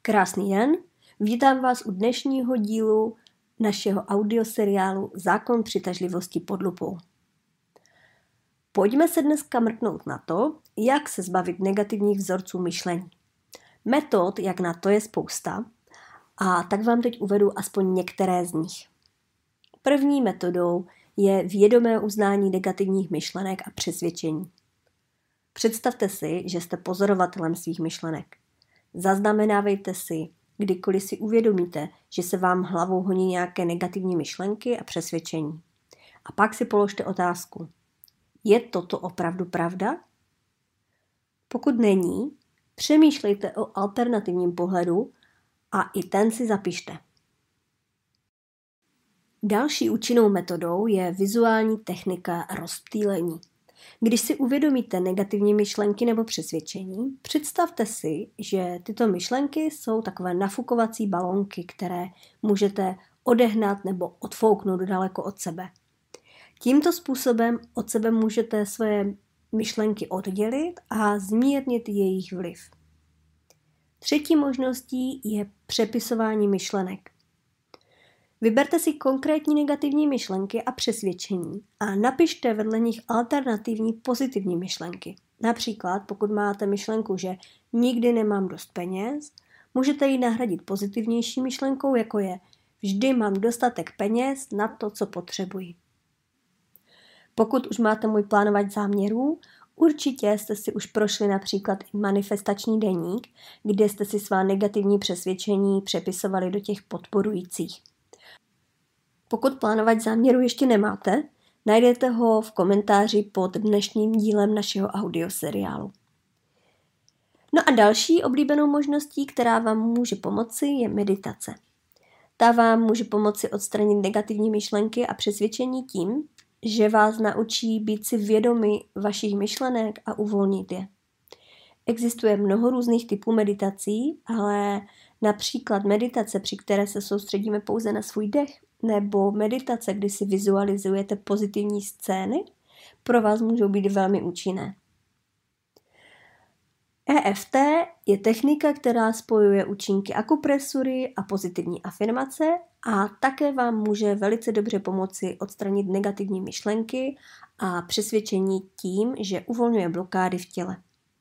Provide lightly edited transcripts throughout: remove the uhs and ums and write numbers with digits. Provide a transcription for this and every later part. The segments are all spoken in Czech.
Krásný den, vítám vás u dnešního dílu našeho audioseriálu Zákon přitažlivosti pod lupou. Pojďme se dneska mrknout na to, jak se zbavit negativních vzorců myšlení. Metod, jak na to, je spousta, a tak vám teď uvedu aspoň některé z nich. První metodou je vědomé uznání negativních myšlenek a přesvědčení. Představte si, že jste pozorovatelem svých myšlenek. Zaznamenávejte si, kdykoliv si uvědomíte, že se vám hlavou honí nějaké negativní myšlenky a přesvědčení. A pak si položte otázku. Je toto opravdu pravda? Pokud není, přemýšlejte o alternativním pohledu a i ten si zapište. Další účinnou metodou je vizuální technika rozptýlení. Když si uvědomíte negativní myšlenky nebo přesvědčení, představte si, že tyto myšlenky jsou takové nafukovací balónky, které můžete odehnat nebo odfouknout daleko od sebe. Tímto způsobem od sebe můžete svoje myšlenky oddělit a zmírnit jejich vliv. Třetí možností je přepisování myšlenek. Vyberte si konkrétní negativní myšlenky a přesvědčení a napište vedle nich alternativní pozitivní myšlenky. Například, pokud máte myšlenku, že nikdy nemám dost peněz, můžete ji nahradit pozitivnější myšlenkou, jako je vždy mám dostatek peněz na to, co potřebuji. Pokud už máte můj plánovač záměrů, určitě jste si už prošli například i manifestační deník, kde jste si svá negativní přesvědčení přepisovali do těch podporujících. Pokud plánovač záměru ještě nemáte, najdete ho v komentáři pod dnešním dílem našeho audioseriálu. No a další oblíbenou možností, která vám může pomoci, je meditace. Ta vám může pomoci odstranit negativní myšlenky a přesvědčení tím, že vás naučí být si vědomi vašich myšlenek a uvolnit je. Existuje mnoho různých typů meditací, ale například meditace, při které se soustředíme pouze na svůj dech, nebo meditace, kdy si vizualizujete pozitivní scény, pro vás můžou být velmi účinné. EFT je technika, která spojuje účinky akupresury a pozitivní afirmace a také vám může velice dobře pomoci odstranit negativní myšlenky a přesvědčení tím, že uvolňuje blokády v těle.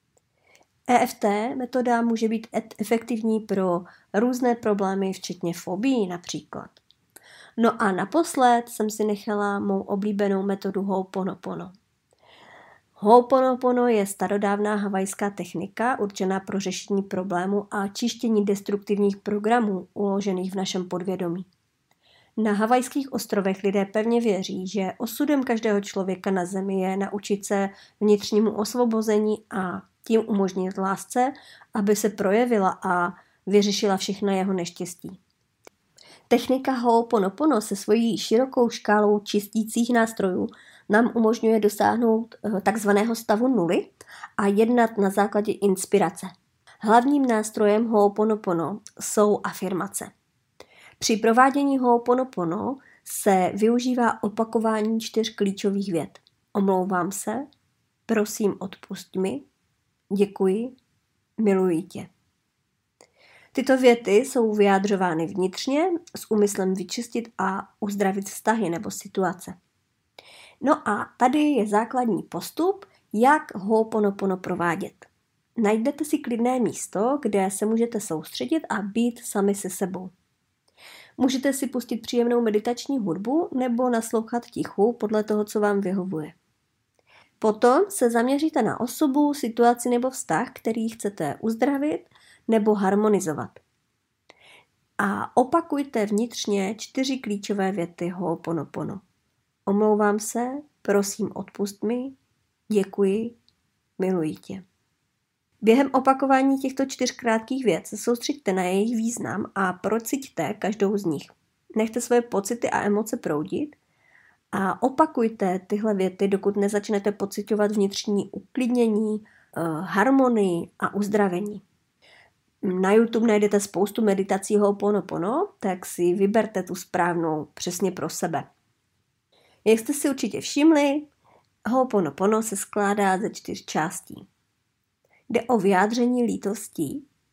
EFT metoda může být efektivní pro různé problémy, včetně fobií například. No a naposled jsem si nechala mou oblíbenou metodu Ho'oponopono. Ho'oponopono je starodávná havajská technika určená pro řešení problémů a čištění destruktivních programů uložených v našem podvědomí. Na havajských ostrovech lidé pevně věří, že osudem každého člověka na zemi je naučit se vnitřnímu osvobození a tím umožnit lásce, aby se projevila a vyřešila všechna jeho neštěstí. Technika Ho'oponopono se svojí širokou škálou čistících nástrojů nám umožňuje dosáhnout takzvaného stavu nuly a jednat na základě inspirace. Hlavním nástrojem Ho'oponopono jsou afirmace. Při provádění Ho'oponopono se využívá opakování 4 klíčových vět. Omlouvám se, prosím odpusť mi, děkuji, miluji tě. Tyto věty jsou vyjádřovány vnitřně s úmyslem vyčistit a uzdravit vztahy nebo situace. No a tady je základní postup, jak Ho'oponopono provádět. Najdete si klidné místo, kde se můžete soustředit a být sami se sebou. Můžete si pustit příjemnou meditační hudbu nebo naslouchat tichu podle toho, co vám vyhovuje. Potom se zaměříte na osobu, situaci nebo vztah, který chcete uzdravit nebo harmonizovat. A opakujte vnitřně 4 klíčové věty Ho'oponopono. Omlouvám se, prosím odpusť mi, děkuji, miluji tě. Během opakování těchto 4 krátkých vět se soustřeďte na jejich význam a prociťte každou z nich. Nechte svoje pocity a emoce proudit a opakujte tyhle věty, dokud nezačnete pociťovat vnitřní uklidnění, harmonii a uzdravení. Na YouTube najdete spoustu meditací Ho'oponopono, tak si vyberte tu správnou přesně pro sebe. Jak jste si určitě všimli, Ho'oponopono se skládá ze 4 částí. Jde o vyjádření lítostí. V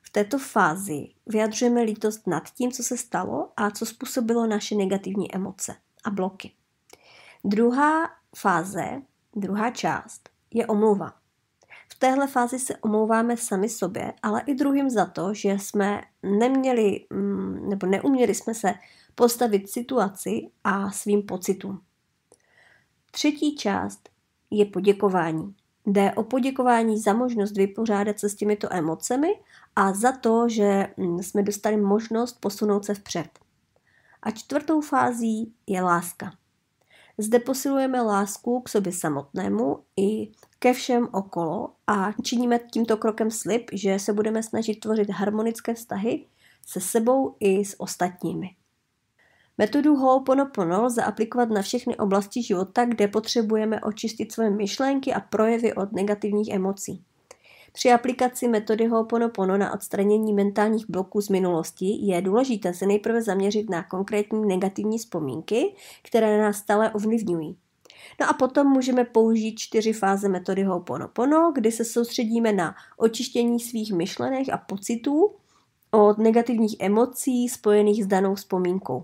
V této fázi vyjadřujeme lítost nad tím, co se stalo a co způsobilo naše negativní emoce a bloky. Druhá fáze, druhá část je omluva. V téhle fázi se omlouváme sami sobě, ale i druhým za to, že jsme neměli nebo neuměli jsme se postavit situaci a svým pocitům. Třetí část je poděkování. Jde o poděkování za možnost vypořádat se s těmito emocemi a za to, že jsme dostali možnost posunout se vpřed. A čtvrtou fází je láska. Zde posilujeme lásku k sobě samotnému i ke všem okolo a činíme tímto krokem slib, že se budeme snažit tvořit harmonické vztahy se sebou i s ostatními. Metodu Ho'oponopono lze aplikovat na všechny oblasti života, kde potřebujeme očistit své myšlenky a projevy od negativních emocí. Při aplikaci metody Ho'oponopono na odstranění mentálních bloků z minulosti je důležité se nejprve zaměřit na konkrétní negativní vzpomínky, které nás stále ovlivňují. No a potom můžeme použít 4 fáze metody Ho'oponopono, kdy se soustředíme na očištění svých myšlenek a pocitů od negativních emocí spojených s danou vzpomínkou.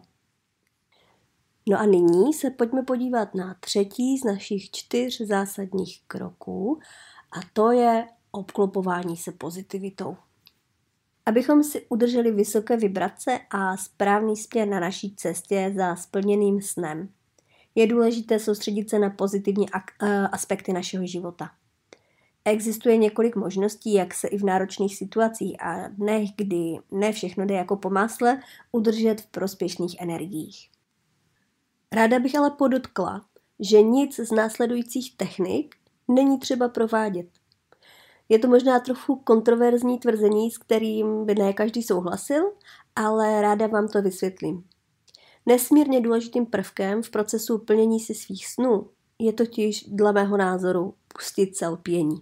No a nyní se pojďme podívat na třetí z našich 4 zásadních kroků a to je obklopování se pozitivitou. Abychom si udrželi vysoké vibrace a správný směr na naší cestě za splněným snem, je důležité soustředit se na pozitivní aspekty našeho života. Existuje několik možností, jak se i v náročných situacích a dnech, kdy ne všechno jde jako po másle, udržet v prospěšných energiích. Ráda bych ale podotkla, že nic z následujících technik není třeba provádět. Je to možná trochu kontroverzní tvrzení, s kterým by ne každý souhlasil, ale ráda vám to vysvětlím. Nesmírně důležitým prvkem v procesu plnění si svých snů je totiž, dle mého názoru, pustit se lpění.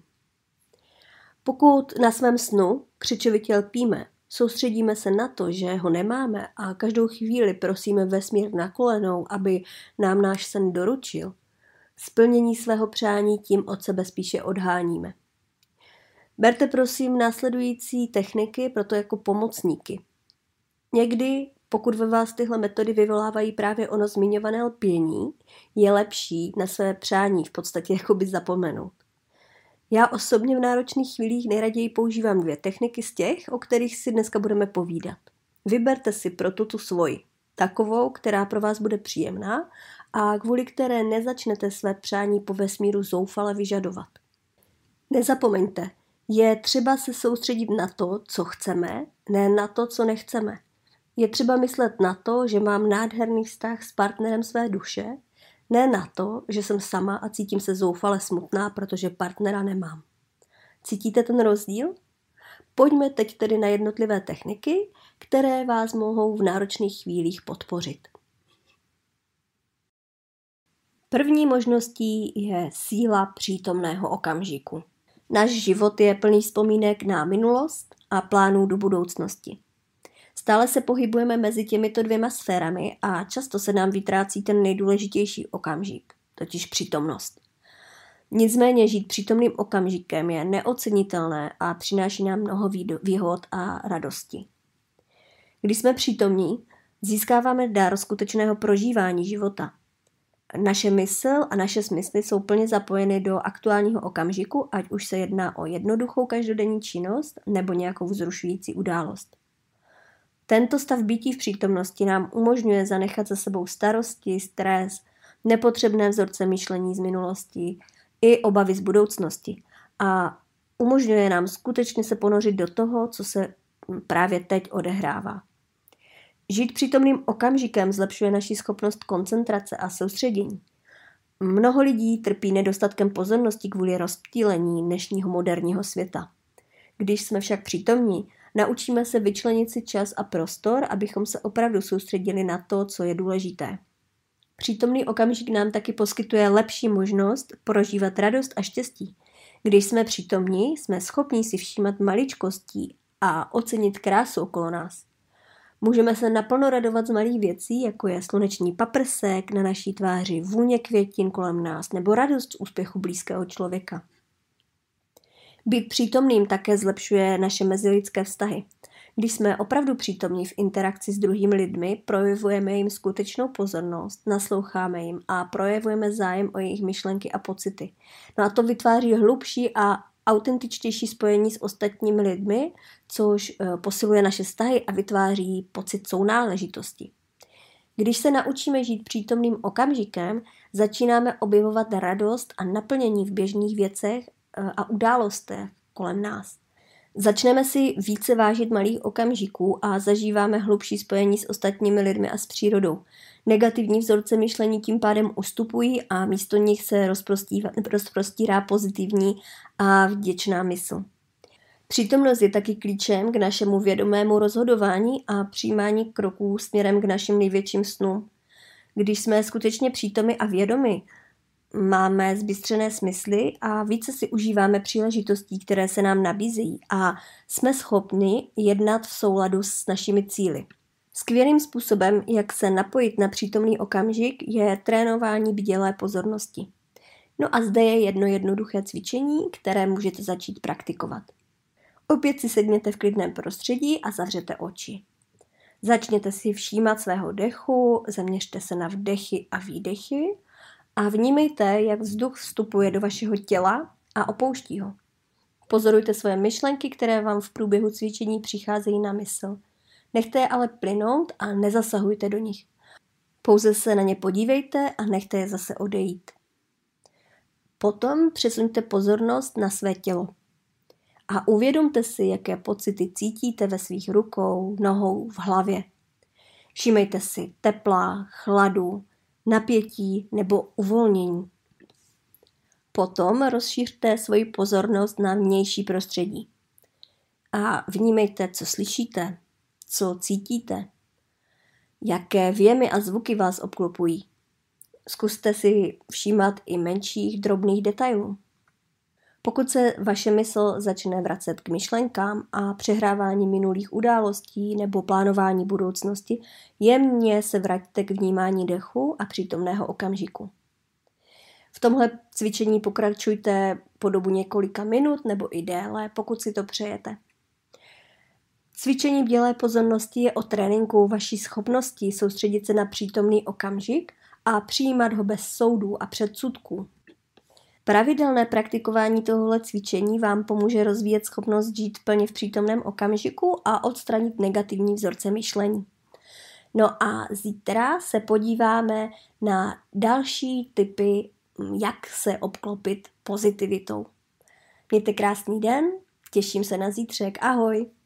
Pokud na svém snu křičovitě lpíme, soustředíme se na to, že ho nemáme a každou chvíli prosíme vesmír na kolenou, aby nám náš sen doručil, splnění svého přání tím od sebe spíše odháníme. Berte prosím následující techniky proto jako pomocníky. Někdy, pokud ve vás tyhle metody vyvolávají právě ono zmiňované lpění, je lepší na své přání v podstatě jakoby zapomenout. Já osobně v náročných chvílích nejraději používám 2 techniky z těch, o kterých si dneska budeme povídat. Vyberte si proto tu svoji, takovou, která pro vás bude příjemná a kvůli které nezačnete své přání po vesmíru zoufale vyžadovat. Nezapomeňte, je třeba se soustředit na to, co chceme, ne na to, co nechceme. Je třeba myslet na to, že mám nádherný vztah s partnerem své duše, ne na to, že jsem sama a cítím se zoufale smutná, protože partnera nemám. Cítíte ten rozdíl? Pojďme teď tedy na jednotlivé techniky, které vás mohou v náročných chvílích podpořit. První možností je síla přítomného okamžiku. Náš život je plný vzpomínek na minulost a plánů do budoucnosti. Stále se pohybujeme mezi těmito 2 sférami a často se nám vytrácí ten nejdůležitější okamžik, totiž přítomnost. Nicméně žít přítomným okamžikem je neocenitelné a přináší nám mnoho výhod a radosti. Když jsme přítomní, získáváme dar skutečného prožívání života. Naše mysl a naše smysly jsou plně zapojeny do aktuálního okamžiku, ať už se jedná o jednoduchou každodenní činnost nebo nějakou vzrušující událost. Tento stav bytí v přítomnosti nám umožňuje zanechat za sebou starosti, stres, nepotřebné vzorce myšlení z minulosti i obavy z budoucnosti a umožňuje nám skutečně se ponořit do toho, co se právě teď odehrává. Žít přítomným okamžikem zlepšuje naši schopnost koncentrace a soustředění. Mnoho lidí trpí nedostatkem pozornosti kvůli rozptýlení dnešního moderního světa. Když jsme však přítomní, naučíme se vyčlenit si čas a prostor, abychom se opravdu soustředili na to, co je důležité. Přítomný okamžik nám taky poskytuje lepší možnost prožívat radost a štěstí. Když jsme přítomní, jsme schopni si všímat maličkostí a ocenit krásu okolo nás. Můžeme se naplno radovat z malých věcí, jako je sluneční paprsek na naší tváři, vůně květin kolem nás nebo radost z úspěchu blízkého člověka. Být přítomným také zlepšuje naše mezilidské vztahy. Když jsme opravdu přítomní v interakci s druhými lidmi, projevujeme jim skutečnou pozornost, nasloucháme jim a projevujeme zájem o jejich myšlenky a pocity. No a to vytváří hlubší a autentičtější spojení s ostatními lidmi, což posiluje naše vztahy a vytváří pocit sounáležitosti. Když se naučíme žít přítomným okamžikem, začínáme objevovat radost a naplnění v běžných věcech a událostech kolem nás. Začneme si více vážit malých okamžiků a zažíváme hlubší spojení s ostatními lidmi a s přírodou. Negativní vzorce myšlení tím pádem ustupují a místo nich se rozprostírá pozitivní a vděčná mysl. Přítomnost je taky klíčem k našemu vědomému rozhodování a přijímání kroků směrem k našim největším snům. Když jsme skutečně přítomni a vědomi, máme zbystřené smysly a více si užíváme příležitostí, které se nám nabízejí a jsme schopni jednat v souladu s našimi cíli. Skvělým způsobem, jak se napojit na přítomný okamžik, je trénování bdělé pozornosti. No a zde je jedno jednoduché cvičení, které můžete začít praktikovat. Opět si sedněte v klidném prostředí a zavřete oči. Začněte si všímat svého dechu, zaměřte se na vdechy a výdechy a vnímejte, jak vzduch vstupuje do vašeho těla a opouští ho. Pozorujte svoje myšlenky, které vám v průběhu cvičení přicházejí na mysl. Nechte je ale plynout a nezasahujte do nich. Pouze se na ně podívejte a nechte je zase odejít. Potom přesuňte pozornost na své tělo. A uvědomte si, jaké pocity cítíte ve svých rukou, nohou, v hlavě. Všímejte si tepla, chladu, napětí nebo uvolnění. Potom rozšířte svoji pozornost na vnější prostředí. A vnímejte, co slyšíte, co cítíte, jaké věmy a zvuky vás obklopují. Zkuste si všímat i menších, drobných detailů. Pokud se vaše mysl začne vracet k myšlenkám a přehrávání minulých událostí nebo plánování budoucnosti, jemně se vraťte k vnímání dechu a přítomného okamžiku. V tomhle cvičení pokračujte po dobu několika minut nebo i déle, pokud si to přejete. Cvičení bdělé pozornosti je o tréninku vaší schopnosti soustředit se na přítomný okamžik a přijímat ho bez soudů a předsudků. Pravidelné praktikování tohoto cvičení vám pomůže rozvíjet schopnost žít plně v přítomném okamžiku a odstranit negativní vzorce myšlení. No a zítra se podíváme na další typy, jak se obklopit pozitivitou. Mějte krásný den, těším se na zítřek, ahoj!